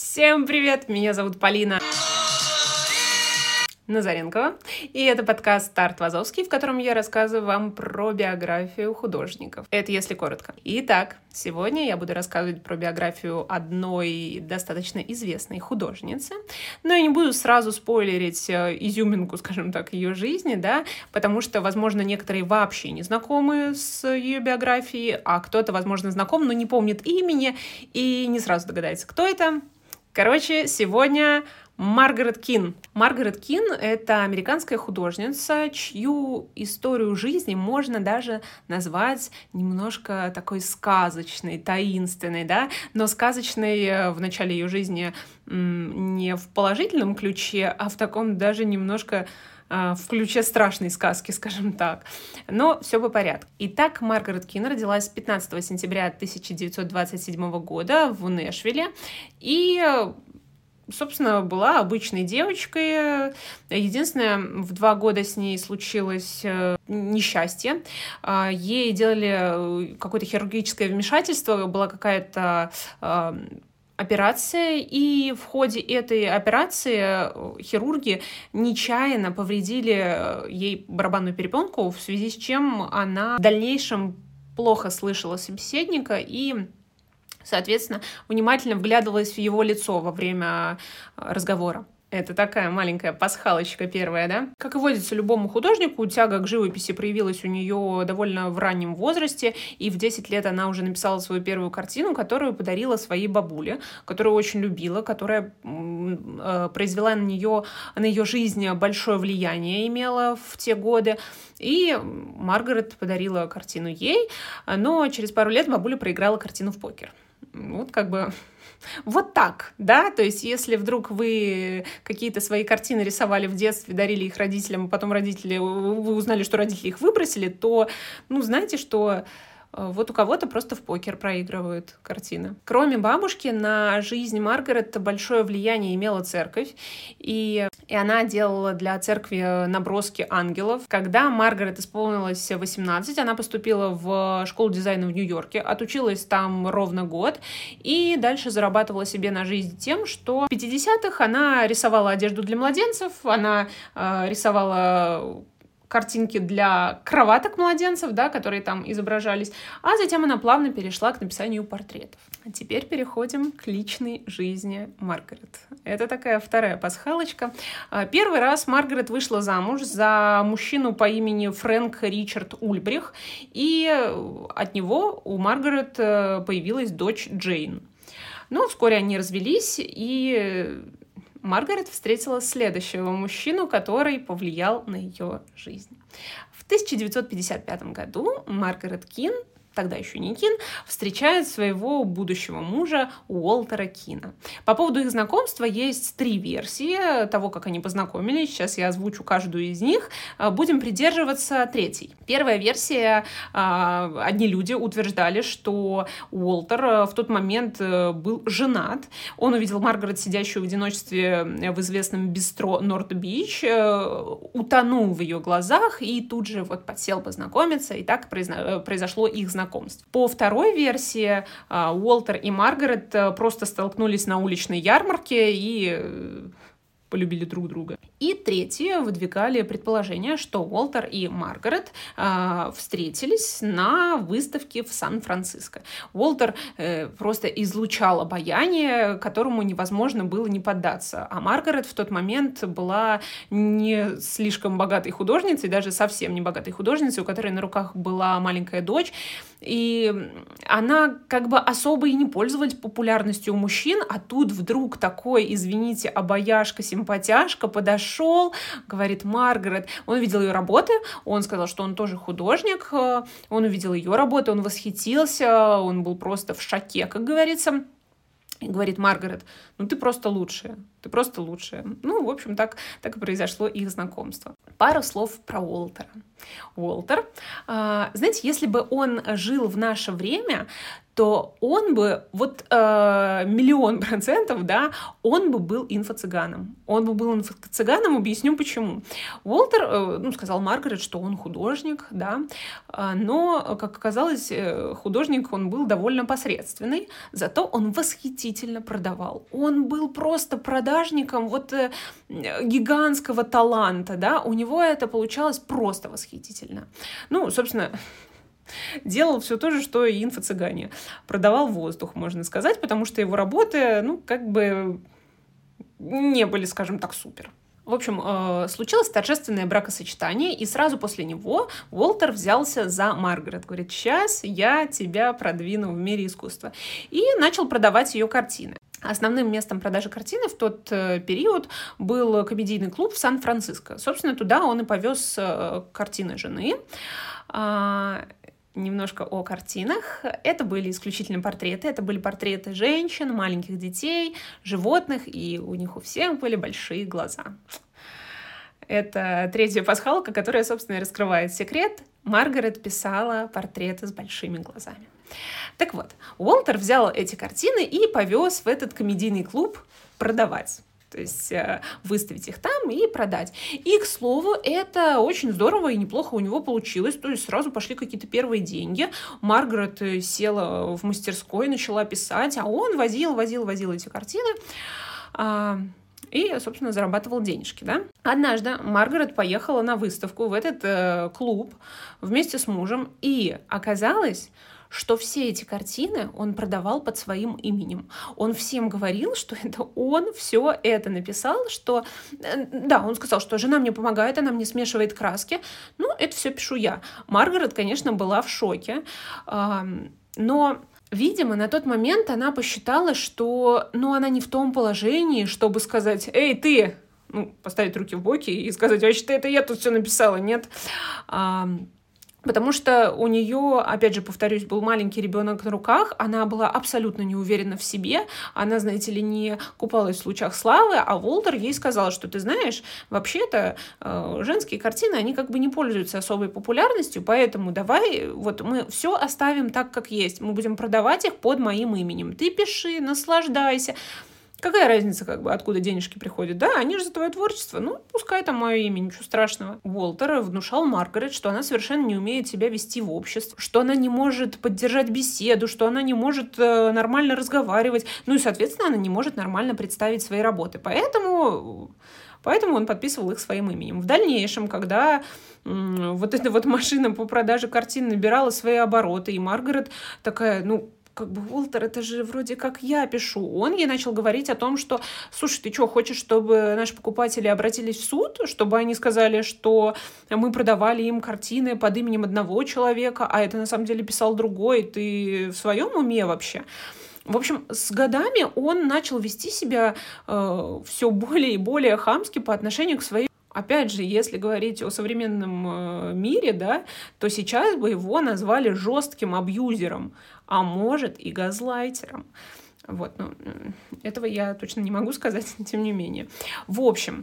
Всем привет! Меня зовут Полина Назаренкова, и это подкаст «Старт в Азовский», в котором я рассказываю вам про биографию художников. Это если коротко. Итак, сегодня я буду рассказывать про биографию одной достаточно известной художницы, но я не буду сразу спойлерить изюминку, скажем так, ее жизни, да, потому что, возможно, некоторые вообще не знакомы с ее биографией, а кто-то, возможно, знаком, но не помнит имени и не сразу догадается, кто это. Короче, сегодня Маргарет Кин. Маргарет Кин — это американская художница, чью историю жизни можно даже назвать немножко такой сказочной, таинственной, да, но сказочной в начале ее жизни не в положительном ключе, а в таком даже немножко в ключе страшной сказки, скажем так. Но все по порядку. Итак, Маргарет Кин родилась 15 сентября 1927 года в Нэшвилле и, собственно, была обычной девочкой. Единственное, в 2 года с ней случилось несчастье. Ей делали какое-то хирургическое вмешательство, была какая-то операция, и в ходе этой операции хирурги нечаянно повредили ей барабанную перепонку, в связи с чем она в дальнейшем плохо слышала собеседника и, соответственно, внимательно вглядывалась в его лицо во время разговора. Это такая маленькая пасхалочка первая, да? Как и водится любому художнику, тяга к живописи проявилась у нее довольно в раннем возрасте, и в 10 лет она уже написала свою первую картину, которую подарила своей бабуле, которую очень любила, которая произвела на ее жизнь большое влияние, имела в те годы. И Маргарет подарила картину ей, но через пару лет бабуля проиграла картину в покер. Вот как бы... Вот так, да, то есть если вдруг вы какие-то свои картины рисовали в детстве, дарили их родителям, а потом вы узнали, что родители их выбросили, то, знаете, что вот у кого-то просто в покер проигрывают картины. Кроме бабушки, на жизнь Маргарет большое влияние имела церковь, и она делала для церкви наброски ангелов. Когда Маргарет исполнилось 18, она поступила в школу дизайна в Нью-Йорке, отучилась там ровно год, и дальше зарабатывала себе на жизнь тем, что в 50-х она рисовала одежду для младенцев, она рисовала картинки для кроваток младенцев, да, которые там изображались, а затем она плавно перешла к написанию портретов. А теперь переходим к личной жизни Маргарет. Это такая вторая пасхалочка. Первый раз Маргарет вышла замуж за мужчину по имени Фрэнк Ричард Ульбрих, и от него у Маргарет появилась дочь Джейн. Но вскоре они развелись, и Маргарет встретила следующего мужчину, который повлиял на ее жизнь. В 1955 году Маргарет Кин, тогда еще не Кин, встречает своего будущего мужа Уолтера Кина. По поводу их знакомства есть 3 версии того, как они познакомились. Сейчас я озвучу каждую из них. Будем придерживаться 3-й. Первая версия. Одни люди утверждали, что Уолтер в тот момент был женат. Он увидел Маргарет, сидящую в одиночестве в известном бистро Норт-Бич, утонул в ее глазах и тут же подсел познакомиться, и так произошло их знакомство. По второй версии, Уолтер и Маргарет просто столкнулись на уличной ярмарке и полюбили друг друга. И 3-е выдвигали предположение, что Уолтер и Маргарет встретились на выставке в Сан-Франциско. Уолтер просто излучал обаяние, которому невозможно было не поддаться. А Маргарет в тот момент была не слишком богатой художницей, даже совсем не богатой художницей, у которой на руках была маленькая дочь. И она как бы особо и не пользовалась популярностью у мужчин, а тут вдруг такой, извините, обаяшка, симпатяшка подошел, говорит: Маргарет. Он видел ее работы, он сказал, что он тоже художник, он увидел ее работы, он восхитился, он был просто в шоке, как говорится. И говорит: Маргарет, ты просто лучшая, ты просто лучшая. В общем, так и произошло их знакомство. Пару слов про Уолтера. Уолтер, знаете, если бы он жил в наше время, то он бы, миллион процентов, да, он бы был инфо-цыганом. Он бы был инфо-цыганом, объясню почему. Уолтер, сказал Маргарет, что он художник, да, но, как оказалось, художник он был довольно посредственный, зато он восхитительно продавал. Он был просто продажником гигантского таланта, да, у него это получалось просто восхитительно. Собственно, делал все то же, что и инфо-цыгане. Продавал воздух, можно сказать, потому что его работы, не были, скажем так, супер. В общем, случилось торжественное бракосочетание, и сразу после него Уолтер взялся за Маргарет. Говорит, сейчас я тебя продвину в мире искусства. И начал продавать ее картины. Основным местом продажи картины в тот период был комедийный клуб в Сан-Франциско. Собственно, туда он и повез картины жены. Немножко о картинах. Это были исключительно портреты. Это были портреты женщин, маленьких детей, животных, и у них у всех были большие глаза. Это третья пасхалка, которая, собственно, и раскрывает секрет. Маргарет писала портреты с большими глазами. Так вот, Уолтер взял эти картины и повез в этот комедийный клуб продавать. То есть выставить их там и продать. И, к слову, это очень здорово и неплохо у него получилось. То есть сразу пошли какие-то первые деньги. Маргарет села в мастерской, начала писать, а он возил эти картины и, собственно, зарабатывал денежки, да. Однажды Маргарет поехала на выставку в этот клуб вместе с мужем, и оказалось, что все эти картины он продавал под своим именем. Он всем говорил, что это он все это написал, что... Да, он сказал, что жена мне помогает, она мне смешивает краски. Это все пишу я. Маргарет, конечно, была в шоке, но... Видимо, на тот момент она посчитала, что она не в том положении, чтобы сказать: «Эй, ты!» поставить руки в боки и сказать: «Вообще-то это я тут все написала», нет? Потому что у нее, опять же, повторюсь, был маленький ребенок на руках, она была абсолютно не уверена в себе, она, знаете ли, не купалась в лучах славы, а Уолтер ей сказал, что, ты знаешь, вообще-то женские картины, они как бы не пользуются особой популярностью, поэтому давай мы все оставим так, как есть, мы будем продавать их под моим именем, ты пиши, наслаждайся. Какая разница, откуда денежки приходят? Да, они же за твое творчество. Пускай там мое имя, ничего страшного. Уолтер внушал Маргарет, что она совершенно не умеет себя вести в обществе, что она не может поддержать беседу, что она не может нормально разговаривать. И, соответственно, она не может нормально представить свои работы. Поэтому он подписывал их своим именем. В дальнейшем, когда эта машина по продаже картин набирала свои обороты, и Маргарет такая, Уолтер, это же вроде как я пишу. Он ей начал говорить о том, что, слушай, ты что, хочешь, чтобы наши покупатели обратились в суд, чтобы они сказали, что мы продавали им картины под именем одного человека, а это на самом деле писал другой, ты в своем уме вообще? В общем, с годами он начал вести себя все более и более хамски по отношению к своей... Опять же, если говорить о современном мире, да, то сейчас бы его назвали жестким абьюзером, а может и газлайтером. Этого я точно не могу сказать, тем не менее. В общем,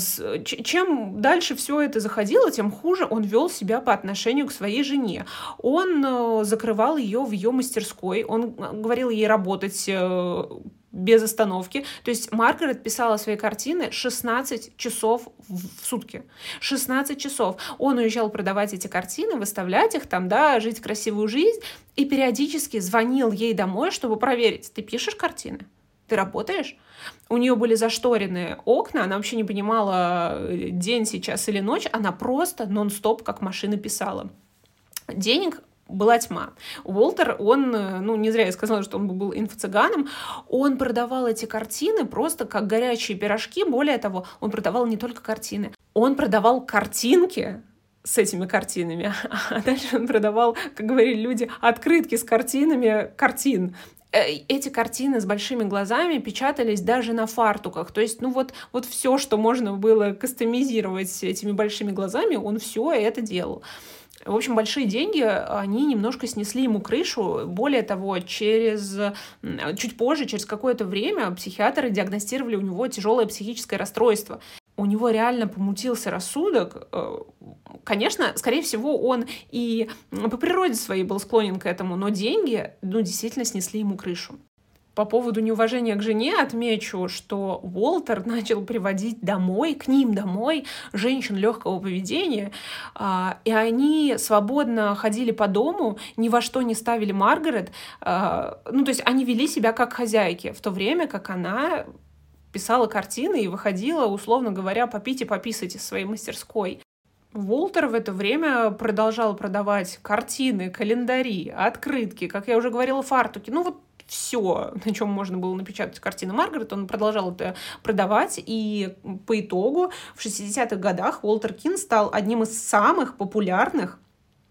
чем дальше все это заходило, тем хуже он вел себя по отношению к своей жене. Он закрывал ее в ее мастерской, он говорил ей работать без остановки. То есть Маргарет писала свои картины 16 часов в сутки. 16 часов. Он уезжал продавать эти картины, выставлять их там, да, жить красивую жизнь, и периодически звонил ей домой, чтобы проверить: ты пишешь картины? Ты работаешь? У нее были зашторены окна, она вообще не понимала, день сейчас или ночь, она просто нон-стоп как машина писала. Денег была тьма. Уолтер, он, не зря я сказала, что он был инфо-цыганом, он продавал эти картины просто как горячие пирожки. Более того, он продавал не только картины, он продавал картинки с этими картинами, а дальше он продавал, как говорили люди, открытки с картинами картин. Эти картины с большими глазами печатались даже на фартуках. То есть, все, что можно было кастомизировать этими большими глазами, он все это делал. В общем, большие деньги, они немножко снесли ему крышу. Более того, чуть позже, через какое-то время, психиатры диагностировали у него тяжелое психическое расстройство. у него реально помутился рассудок. Конечно, скорее всего, он и по природе своей был склонен к этому, но деньги, действительно снесли ему крышу. По поводу неуважения к жене отмечу, что Уолтер начал приводить к ним домой женщин легкого поведения, и они свободно ходили по дому, ни во что не ставили Маргарет, то есть они вели себя как хозяйки, в то время как она писала картины и выходила, условно говоря, попить и пописать из своей мастерской. Уолтер в это время продолжал продавать картины, календари, открытки, как я уже говорила, фартуки, все, на чем можно было напечатать картины Маргарет, он продолжал это продавать, и по итогу в 60-х годах Уолтер Кин стал одним из самых популярных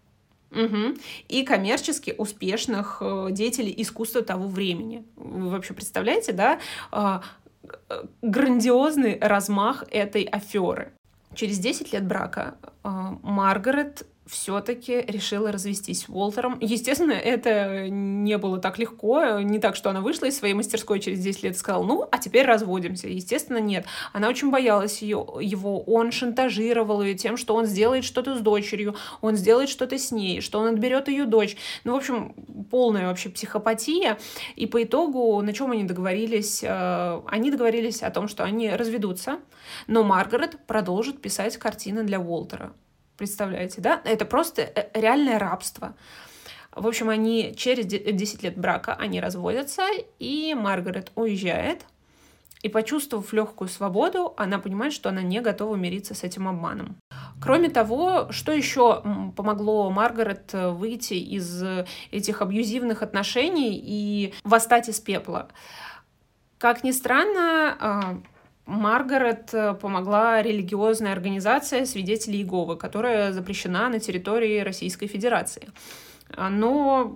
и коммерчески успешных деятелей искусства того времени. Вы вообще представляете, да, грандиозный размах этой аферы? Через 10 лет брака Маргарет все-таки решила развестись с Уолтером. Естественно, это не было так легко. Не так, что она вышла из своей мастерской через 10 лет и сказала, а теперь разводимся. Естественно, нет. Она очень боялась его. Он шантажировал ее тем, что он сделает что-то с дочерью, он сделает что-то с ней, что он отберет ее дочь. В общем, полная вообще психопатия. И по итогу, на чем они договорились? Они договорились о том, что они разведутся, но Маргарет продолжит писать картины для Уолтера. Представляете, да? Это просто реальное рабство. В общем, они через 10 лет брака они разводятся, и Маргарет уезжает. И, почувствовав легкую свободу, она понимает, что она не готова мириться с этим обманом. Кроме того, что еще помогло Маргарет выйти из этих абьюзивных отношений и восстать из пепла? Как ни странно, Маргарет помогла религиозная организация «Свидетели Иеговы», которая запрещена на территории Российской Федерации. Но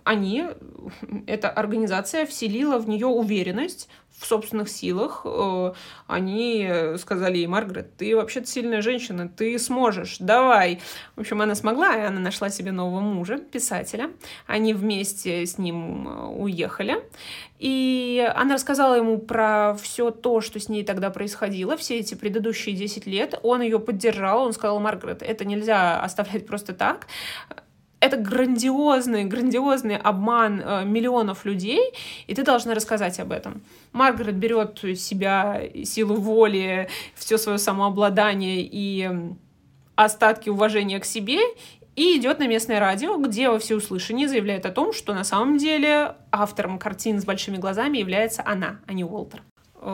эта организация вселила в нее уверенность в собственных силах. Они сказали ей: Маргарет, ты вообще-то сильная женщина, ты сможешь, давай. В общем, она смогла, и она нашла себе нового мужа, писателя. Они вместе с ним уехали. И она рассказала ему про все то, что с ней тогда происходило, все эти предыдущие 10 лет. Он ее поддержал, он сказал: Маргарет, это нельзя оставлять просто так. Это грандиозный обман миллионов людей, и ты должна рассказать об этом. Маргарет берет себя, силу воли, все свое самообладание и остатки уважения к себе и идет на местное радио, где во всеуслышание заявляет о том, что на самом деле автором картин с большими глазами является она, а не Уолтер.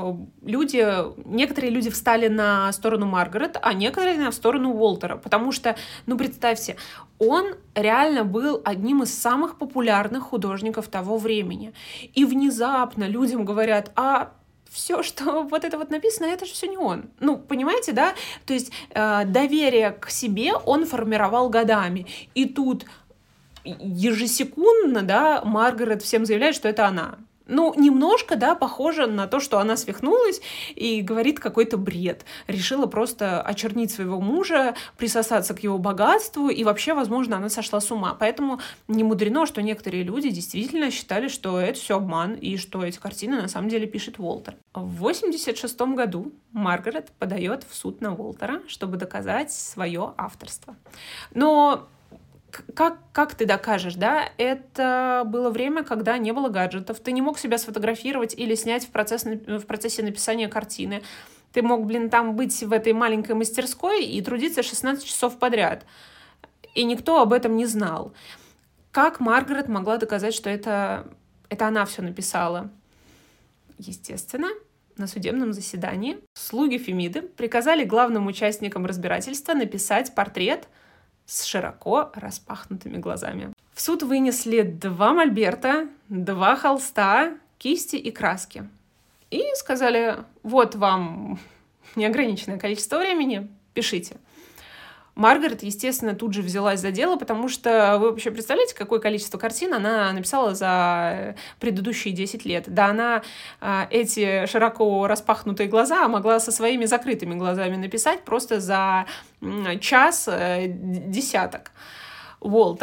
Некоторые люди встали на сторону Маргарет, а некоторые на сторону Уолтера, потому что, представьте, он реально был одним из самых популярных художников того времени. И внезапно людям говорят: все, что вот это вот написано, это же все не он. Понимаете, да? То есть доверие к себе он формировал годами. И тут ежесекундно, да, Маргарет всем заявляет, что это она. Немножко, да, похоже на то, что она свихнулась и говорит какой-то бред. Решила просто очернить своего мужа, присосаться к его богатству, и вообще, возможно, она сошла с ума. Поэтому не мудрено, что некоторые люди действительно считали, что это все обман, и что эти картины на самом деле пишет Уолтер. В 1986 году Маргарет подает в суд на Уолтера, чтобы доказать свое авторство. Но как ты докажешь, да? Это было время, когда не было гаджетов. Ты не мог себя сфотографировать или снять в процессе написания картины. Ты мог, там быть в этой маленькой мастерской и трудиться 16 часов подряд. И никто об этом не знал. Как Маргарет могла доказать, что это она все написала? Естественно, на судебном заседании слуги Фемиды приказали главным участникам разбирательства написать портрет с широко распахнутыми глазами. В суд вынесли 2 мольберта, 2 холста, кисти и краски. И сказали: вот вам неограниченное количество времени, пишите. Маргарет, естественно, тут же взялась за дело, потому что вы вообще представляете, какое количество картин она написала за предыдущие 10 лет? Да, она эти широко распахнутые глаза могла со своими закрытыми глазами написать просто за час десяток. Уолтер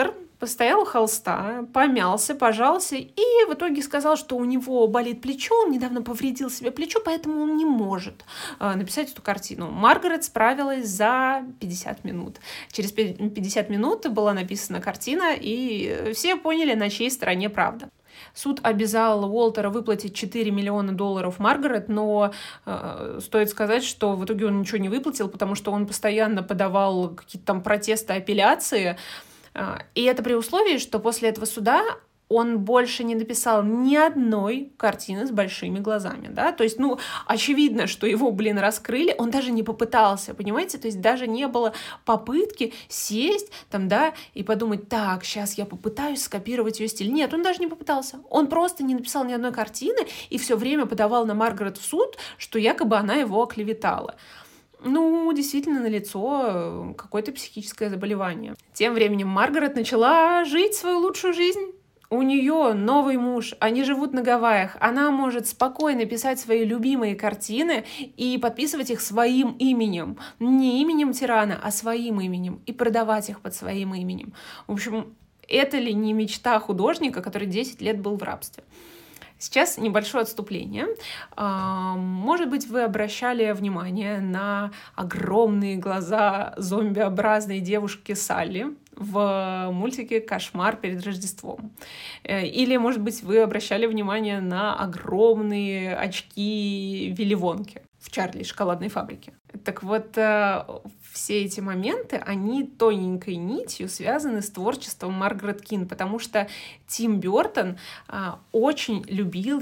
постоял у холста, помялся, пожался и в итоге сказал, что у него болит плечо, он недавно повредил себе плечо, поэтому он не может написать эту картину. Маргарет справилась за 50 минут. Через 50 минут была написана картина, и все поняли, на чьей стороне правда. Суд обязал Уолтера выплатить $4 миллиона Маргарет, но стоит сказать, что в итоге он ничего не выплатил, потому что он постоянно подавал какие-то там протесты, апелляции. И это при условии, что после этого суда он больше не написал ни одной картины с большими глазами, да, то есть, очевидно, что его, раскрыли, он даже не попытался, понимаете, то есть даже не было попытки сесть там, да, и подумать, так, сейчас я попытаюсь скопировать ее стиль. Нет, он даже не попытался, он просто не написал ни одной картины и все время подавал на Маргарет в суд, что якобы она его оклеветала. Действительно, налицо какое-то психическое заболевание. Тем временем Маргарет начала жить свою лучшую жизнь. У нее новый муж, они живут на Гавайях, она может спокойно писать свои любимые картины и подписывать их своим именем. Не именем тирана, а своим именем. И продавать их под своим именем. В общем, это ли не мечта художника, который 10 лет был в рабстве? Сейчас небольшое отступление. Может быть, вы обращали внимание на огромные глаза зомбиобразной девушки Салли в мультике «Кошмар перед Рождеством». Или, может быть, вы обращали внимание на огромные очки Вилли Вонки в «Чарли и шоколадной фабрике». Так вот, все эти моменты, они тоненькой нитью связаны с творчеством Маргарет Кин, потому что Тим Бёртон очень любил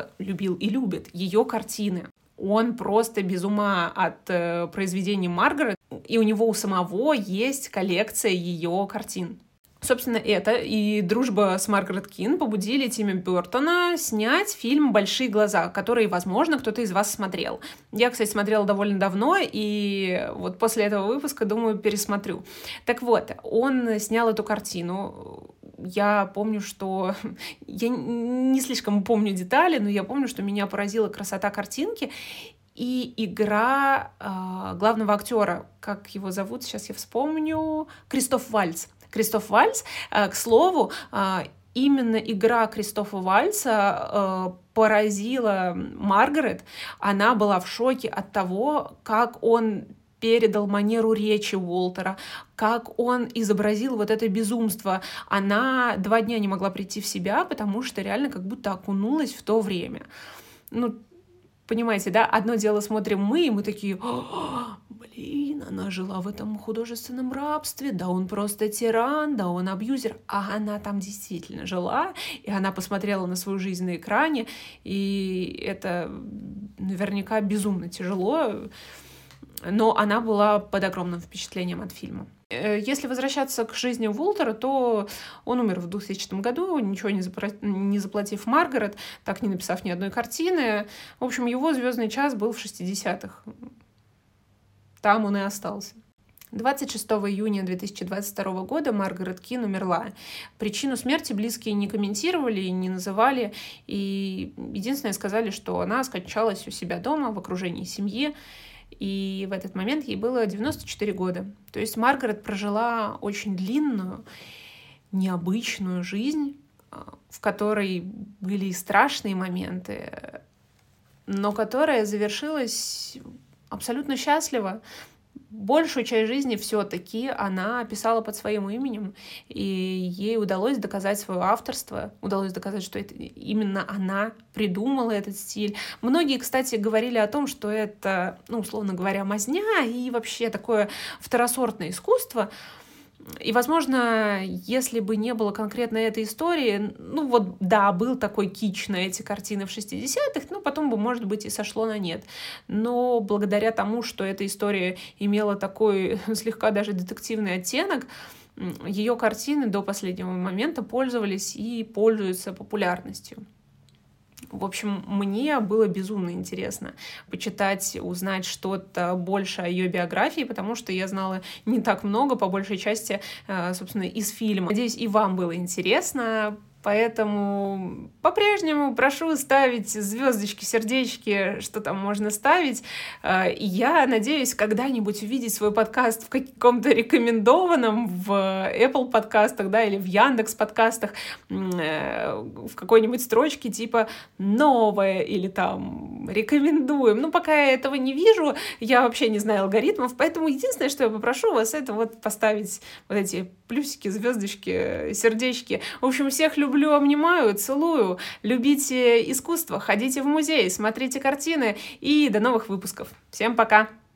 и любит ее картины. Он просто без ума от произведений Маргарет, и у него у самого есть коллекция ее картин. Собственно, это и дружба с Маргарет Кин побудили Тима Бёртона снять фильм «Большие глаза», который, возможно, кто-то из вас смотрел. Я, кстати, смотрела довольно давно, и вот после этого выпуска, думаю, пересмотрю. Так вот, он снял эту картину. Я помню, что... Я не слишком помню детали, но я помню, что меня поразила красота картинки и игра главного актера. Как его зовут? Сейчас я вспомню. Кристоф Вальтз. Кристоф Вальтз, к слову, именно игра Кристофа Вальтза поразила Маргарет. Она была в шоке от того, как он передал манеру речи Уолтера, как он изобразил вот это безумство. Она 2 дня не могла прийти в себя, потому что реально как будто окунулась в то время. Понимаете, да? Одно дело смотрим мы, и мы такие... Она жила в этом художественном рабстве, да он просто тиран, да он абьюзер, а она там действительно жила, и она посмотрела на свою жизнь на экране, и это наверняка безумно тяжело, но она была под огромным впечатлением от фильма. Если возвращаться к жизни Уолтера, то он умер в 2000 году, ничего не заплатив Маргарет, так не написав ни одной картины. В общем, его звездный час был в 60-х. Там он и остался. 26 июня 2022 года Маргарет Кин умерла. Причину смерти близкие не комментировали, не называли. И единственное, сказали, что она скончалась у себя дома, в окружении семьи. И в этот момент ей было 94 года. То есть Маргарет прожила очень длинную, необычную жизнь, в которой были и страшные моменты, но которая завершилась абсолютно счастлива. Большую часть жизни все-таки она писала под своим именем, и ей удалось доказать свое авторство, удалось доказать, что это именно она придумала этот стиль. Многие, кстати, говорили о том, что это, условно говоря, мазня и вообще такое второсортное искусство. И, возможно, если бы не было конкретно этой истории, был такой кич на эти картины в 60-х, потом бы, может быть, и сошло на нет. Но благодаря тому, что эта история имела такой слегка даже детективный оттенок, ее картины до последнего момента пользовались и пользуются популярностью. В общем, мне было безумно интересно почитать, узнать что-то больше о ее биографии, потому что я знала не так много, по большей части, собственно, из фильма. Надеюсь, и вам было интересно. Поэтому по-прежнему прошу ставить звездочки, сердечки, что там можно ставить. И я надеюсь когда-нибудь увидеть свой подкаст в каком-то рекомендованном в Apple подкастах, да, или в Яндекс подкастах, в какой-нибудь строчке типа «новое» или там «рекомендуем». Ну, пока я этого не вижу, я вообще не знаю алгоритмов, поэтому единственное, что я попрошу вас, это вот поставить вот эти плюсики, звездочки, сердечки. В общем, всех люблю, обнимаю, целую. Любите искусство, ходите в музей, смотрите картины и до новых выпусков. Всем пока!